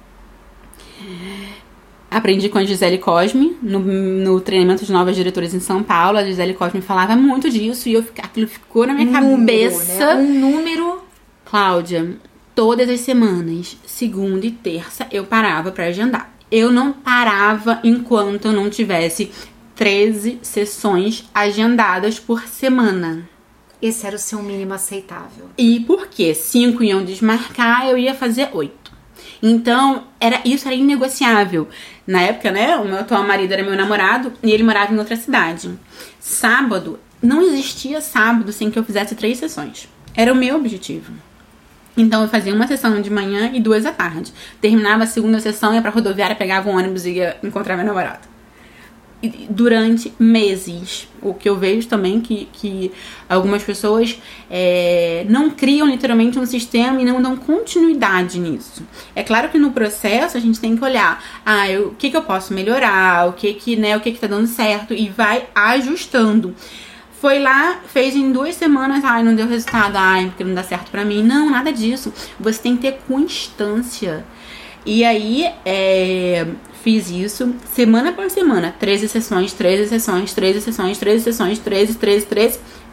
Aprendi com a Gisele Cosme no treinamento de novas diretoras em São Paulo. A Gisele Cosme falava muito disso e aquilo ficou na minha cabeça. Né? Um número. Cláudia, todas as semanas, segunda e terça, eu parava pra agendar. Eu não parava enquanto eu não tivesse 13 sessões agendadas por semana. Esse era o seu mínimo aceitável. E por quê? 5 iam desmarcar, eu ia fazer 8. Então, isso era inegociável. Na época, né, o meu atual marido era meu namorado e ele morava em outra cidade. Sábado, não existia sábado sem que eu fizesse 3 sessões. Era o meu objetivo. Então, eu fazia uma sessão de manhã e 2 à tarde. Terminava a segunda sessão, ia pra rodoviária, pegava um ônibus e ia encontrar meu namorado. E durante meses. O que eu vejo também que algumas pessoas não criam literalmente um sistema e não dão continuidade nisso. É claro que no processo a gente tem que olhar o que eu posso melhorar, o que tá dando certo e vai ajustando. Foi lá, fez em 2 semanas, não deu resultado, porque não dá certo pra mim. Não, nada disso. Você tem que ter constância. E aí, fiz isso semana por semana. 13 sessões, 13 sessões, 13 sessões, 13 sessões, 13,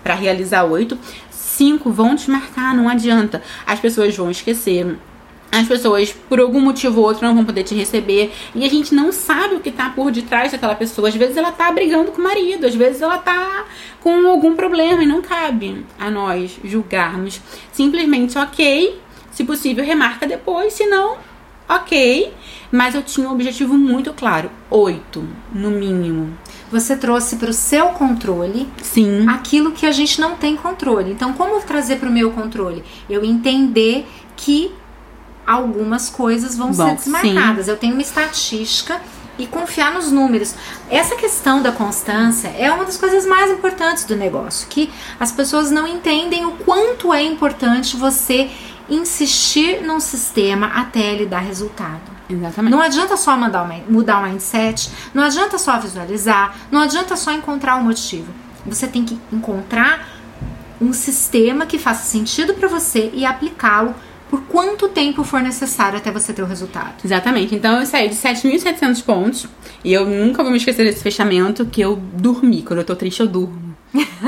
pra realizar 8, 5 vão desmarcar, não adianta. As pessoas vão esquecer. As pessoas, por algum motivo ou outro, não vão poder te receber. E a gente não sabe o que tá por detrás daquela pessoa. Às vezes ela tá brigando com o marido. Às vezes ela tá com algum problema. E não cabe a nós julgarmos. Simplesmente, ok. Se possível, remarca depois. Se não, ok. Mas eu tinha um objetivo muito claro. 8, no mínimo. Você trouxe para o seu controle, sim, aquilo que a gente não tem controle. Então, como trazer para o meu controle? Eu entender que algumas coisas vão ser desmarcadas. Sim. Eu tenho uma estatística e confiar nos números. Essa questão da constância é uma das coisas mais importantes do negócio, que as pessoas não entendem o quanto é importante você insistir num sistema até ele dar resultado. Exatamente. Não adianta só mudar o mindset, não adianta só visualizar, não adianta só encontrar um motivo. Você tem que encontrar um sistema que faça sentido para você e aplicá-lo por quanto tempo for necessário até você ter o resultado. Exatamente. Então eu saí de 7.700 pontos e eu nunca vou me esquecer desse fechamento, que eu dormi. Quando eu tô triste, eu durmo.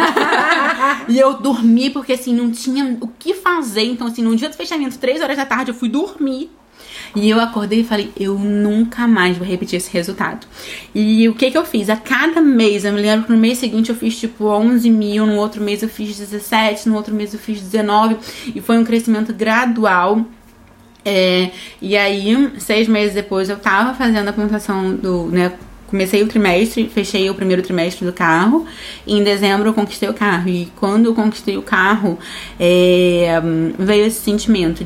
E eu dormi porque, assim, não tinha o que fazer. Então, assim, no dia do fechamento, 3 horas da tarde, eu fui dormir. E eu acordei e falei, eu nunca mais vou repetir esse resultado. E o que eu fiz? A cada mês, eu me lembro que no mês seguinte eu fiz tipo 11 mil, no outro mês eu fiz 17, no outro mês eu fiz 19. E foi um crescimento gradual. E aí, 6 meses depois, eu tava fazendo a pontuação do, né, comecei o trimestre, fechei o primeiro trimestre do carro. E em dezembro eu conquistei o carro. E quando eu conquistei o carro, veio esse sentimento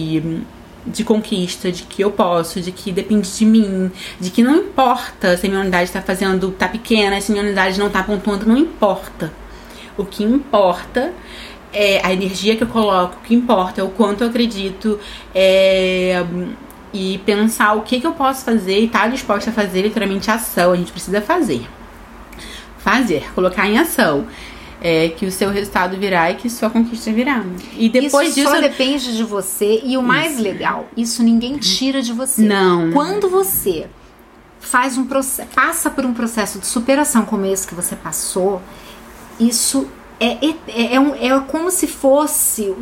de conquista, de que eu posso, de que depende de mim, de que não importa se a minha unidade tá pequena, se a minha unidade não tá pontuando, não importa. O que importa é a energia que eu coloco, o que importa é o quanto eu acredito, e pensar o que eu posso fazer e estar disposta a fazer, literalmente ação. A gente precisa fazer, colocar em ação. Que o seu resultado virá e que sua conquista virá. E depois isso disso... só depende de você. E o mais legal, isso ninguém tira de você. Não. Quando você passa por um processo de superação como esse que você passou, isso é como se fosse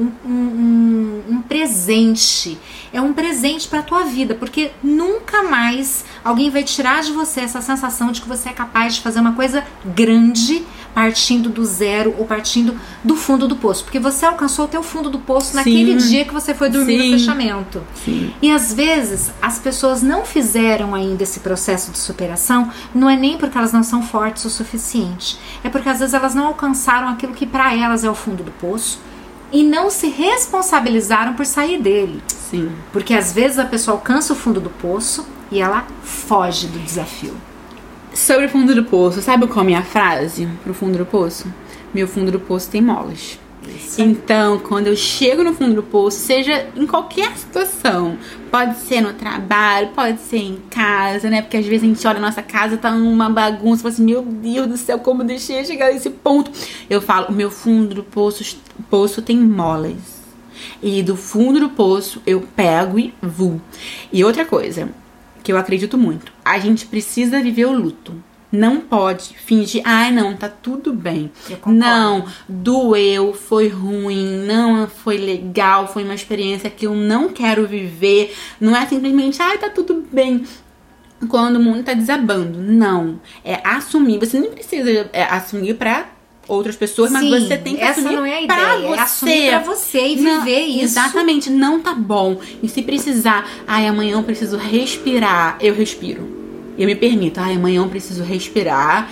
um presente. É um presente para a tua vida, porque nunca mais alguém vai tirar de você essa sensação de que você é capaz de fazer uma coisa grande partindo do zero ou partindo do fundo do poço, porque você alcançou o teu fundo do poço naquele dia que você foi dormir no fechamento. Sim. E às vezes as pessoas não fizeram ainda esse processo de superação, não é nem porque elas não são fortes o suficiente, é porque às vezes elas não alcançaram aquilo que para elas é o fundo do poço e não se responsabilizaram por sair dele. Sim. Porque às vezes a pessoa alcança o fundo do poço e ela foge do desafio. Sobre o fundo do poço, sabe qual é a minha frase pro fundo do poço? Meu fundo do poço tem molas. Isso. Então, quando eu chego no fundo do poço, seja em qualquer situação, pode ser no trabalho, pode ser em casa, né? Porque às vezes a gente olha a nossa casa, tá uma bagunça, fala assim, meu Deus do céu, como deixei chegar nesse ponto? Eu falo, o meu fundo do poço tem molas. E do fundo do poço eu pego e vou. E outra coisa que eu acredito muito, a gente precisa viver o luto. Não pode fingir, não, tá tudo bem. Não, doeu, foi ruim, não foi legal, foi uma experiência que eu não quero viver. Não é simplesmente, tá tudo bem, quando o mundo tá desabando. Não, é assumir. Você nem precisa assumir pra outras pessoas, mas você tem que assumir não é a pra ideia, você. É assumir pra você e viver isso. Exatamente, não tá bom. E se precisar, amanhã eu preciso respirar, eu respiro. Eu me permito, amanhã eu preciso respirar,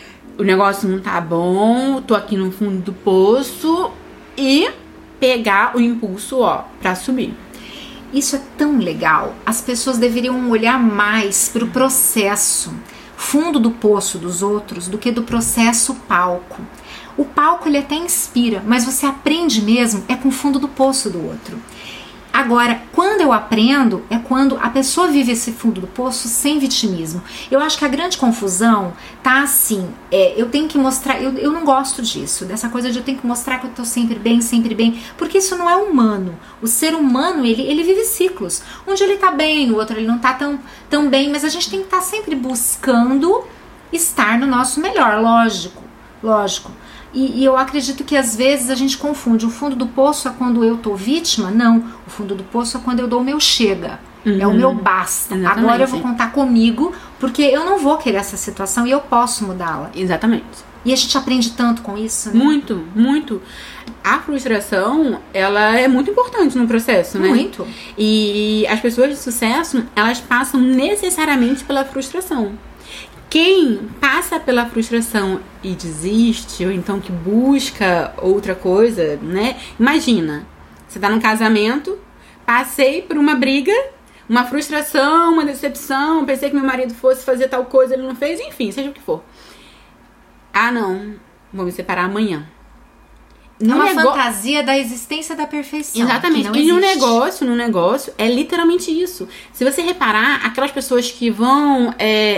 o negócio não tá bom, tô aqui no fundo do poço, e pegar o impulso, pra subir. Isso é tão legal. As pessoas deveriam olhar mais pro processo fundo do poço dos outros do que do processo palco. O palco ele até inspira, mas você aprende mesmo com o fundo do poço do outro. Agora, quando eu aprendo, é quando a pessoa vive esse fundo do poço sem vitimismo. Eu acho que a grande confusão tá assim, eu tenho que mostrar, eu não gosto disso, dessa coisa de eu tenho que mostrar que eu tô sempre bem, porque isso não é humano. O ser humano, ele vive ciclos. Um dia ele tá bem, no outro ele não tá tão bem, mas a gente tem que estar sempre buscando estar no nosso melhor, lógico. E eu acredito que às vezes a gente confunde. O fundo do poço é quando eu tô vítima? Não. O fundo do poço é quando eu dou o meu chega. É o meu basta. Exatamente. Agora eu vou contar comigo, porque eu não vou querer essa situação e eu posso mudá-la. Exatamente. E a gente aprende tanto com isso, né? Muito, muito. A frustração, ela é muito importante no processo, né? Muito. E as pessoas de sucesso, elas passam necessariamente pela frustração. Quem passa pela frustração e desiste, ou então que busca outra coisa, né? Imagina, você tá num casamento, passei por uma briga, uma frustração, uma decepção, pensei que meu marido fosse fazer tal coisa, ele não fez, enfim, seja o que for. Ah, não, vou me separar amanhã. É uma fantasia da existência da perfeição. Exatamente. E no negócio, é literalmente isso. Se você reparar, aquelas pessoas que vão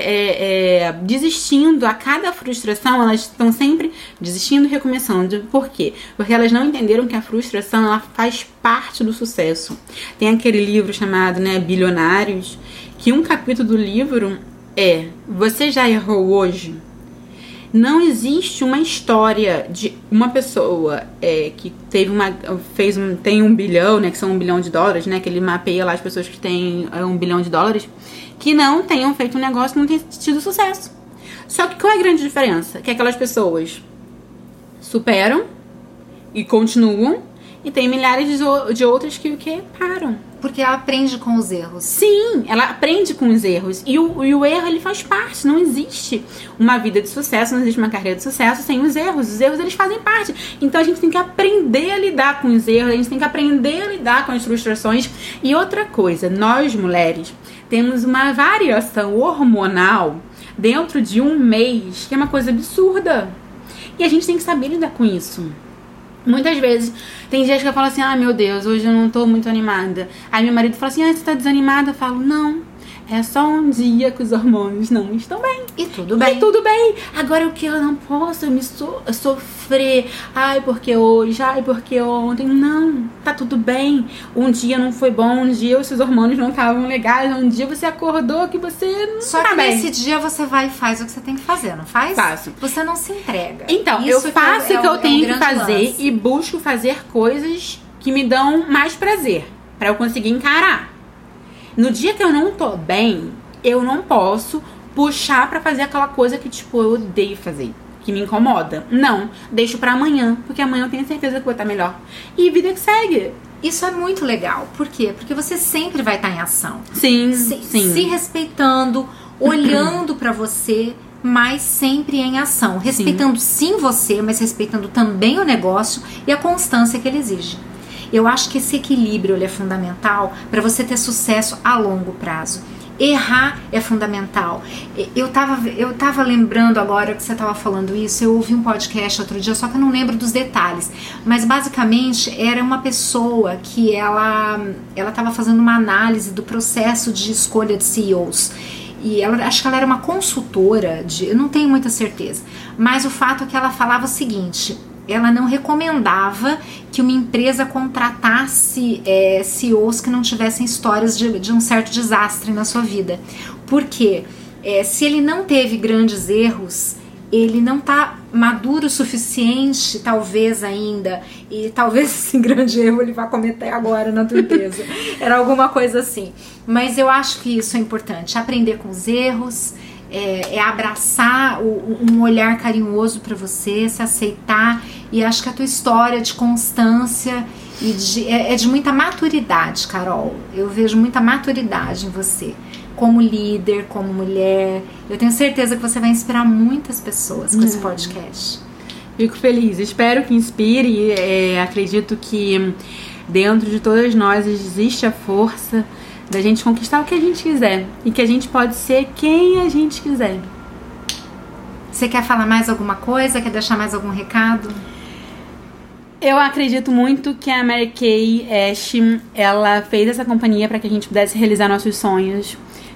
desistindo a cada frustração, elas estão sempre desistindo e recomeçando. Por quê? Porque elas não entenderam que a frustração, ela faz parte do sucesso. Tem aquele livro chamado, né, Bilionários, que um capítulo do livro é: você já errou hoje? Não existe uma história de uma pessoa que tem $1 bilhão, né, que são $1 bilhão, né, que ele mapeia lá as pessoas que têm $1 bilhão, que não tenham feito um negócio, que não tenham tido sucesso. Só que qual é a grande diferença? Que aquelas pessoas superam e continuam, e tem milhares de outras que param. Porque ela aprende com os erros. Sim, ela aprende com os erros. E o erro, ele faz parte. Não existe uma vida de sucesso, não existe uma carreira de sucesso sem os erros. Os erros, eles fazem parte. Então, a gente tem que aprender a lidar com os erros. A gente tem que aprender a lidar com as frustrações. E outra coisa, nós, mulheres, temos uma variação hormonal dentro de um mês, que é uma coisa absurda. E a gente tem que saber lidar com isso. Muitas vezes, tem dias que eu falo assim: ah, meu Deus, hoje eu não tô muito animada. Aí meu marido fala assim: ah, você tá desanimada? Eu falo: não, é só um dia que os hormônios não estão bem. E tudo bem. E tudo bem. Agora o que eu não posso é me sofrer. Ai, porque hoje, ai, porque ontem. Não, tá tudo bem. Um dia não foi bom, um dia os seus hormônios não estavam legais, um dia você acordou que você não Só tá que bem. Nesse dia você vai e faz o que você tem que fazer, não faz? Faço. Você não se entrega. Então, Isso eu faço o que eu tenho que fazer lance. E busco fazer coisas que me dão mais prazer, pra eu conseguir encarar. No dia que eu não tô bem, eu não posso puxar pra fazer aquela coisa que, tipo, eu odeio fazer, que me incomoda. Não, deixo pra amanhã, porque amanhã eu tenho certeza que vou estar melhor. E vida que segue. Isso é muito legal. Por quê? Porque você sempre vai estar em ação. Sim, sim. sim. Se respeitando, olhando pra você, mas sempre em ação. Respeitando sim você, mas respeitando também o negócio e a constância que ele exige. Eu acho que esse equilíbrio ele é fundamental para você ter sucesso a longo prazo. Errar é fundamental. Eu tava lembrando agora que você tava falando isso, eu ouvi um podcast outro dia, só que eu não lembro dos detalhes, mas basicamente era uma pessoa que ela tava fazendo uma análise do processo de escolha de CEOs. E acho que ela era uma consultora, eu não tenho muita certeza, mas o fato é que ela falava o seguinte: ela não recomendava que uma empresa contratasse CEOs que não tivessem histórias de um certo desastre na sua vida. Porque se ele não teve grandes erros, ele não está maduro o suficiente, talvez ainda, e talvez esse grande erro ele vá cometer agora na tua empresa. Era alguma coisa assim. Mas eu acho que isso é importante, aprender com os erros, abraçar um olhar carinhoso para você, se aceitar, e acho que a tua história de constância e de muita maturidade, Carol. Eu vejo muita maturidade em você, como líder, como mulher. Eu tenho certeza que você vai inspirar muitas pessoas com esse podcast. Fico feliz, espero que inspire. Acredito que dentro de todas nós existe a força da gente conquistar o que a gente quiser e que a gente pode ser quem a gente quiser. Você quer falar mais alguma coisa? Quer deixar mais algum recado? Eu acredito muito que a Mary Kay Ash, ela fez essa companhia para que a gente pudesse realizar nossos sonhos.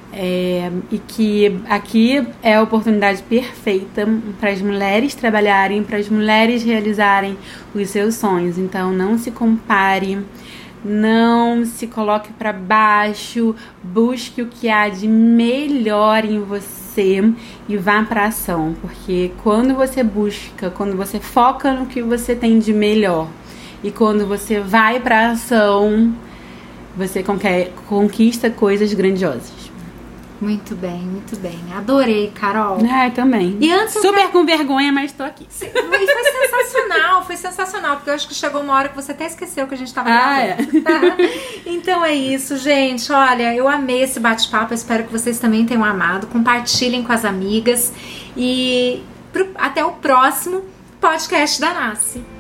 E que aqui é a oportunidade perfeita para as mulheres trabalharem, para as mulheres realizarem os seus sonhos. Então não se compare Não se coloque para baixo, busque o que há de melhor em você e vá para ação, porque quando você busca, quando você foca no que você tem de melhor e quando você vai para ação, você conquista coisas grandiosas. Muito bem. Adorei, Carol. Também. E antes super com vergonha, mas tô aqui. Foi sensacional, porque eu acho que chegou uma hora que você até esqueceu que a gente tava gravando. Então é isso, gente. Olha, eu amei esse bate-papo, espero que vocês também tenham amado. Compartilhem com as amigas e até o próximo podcast da Nasce.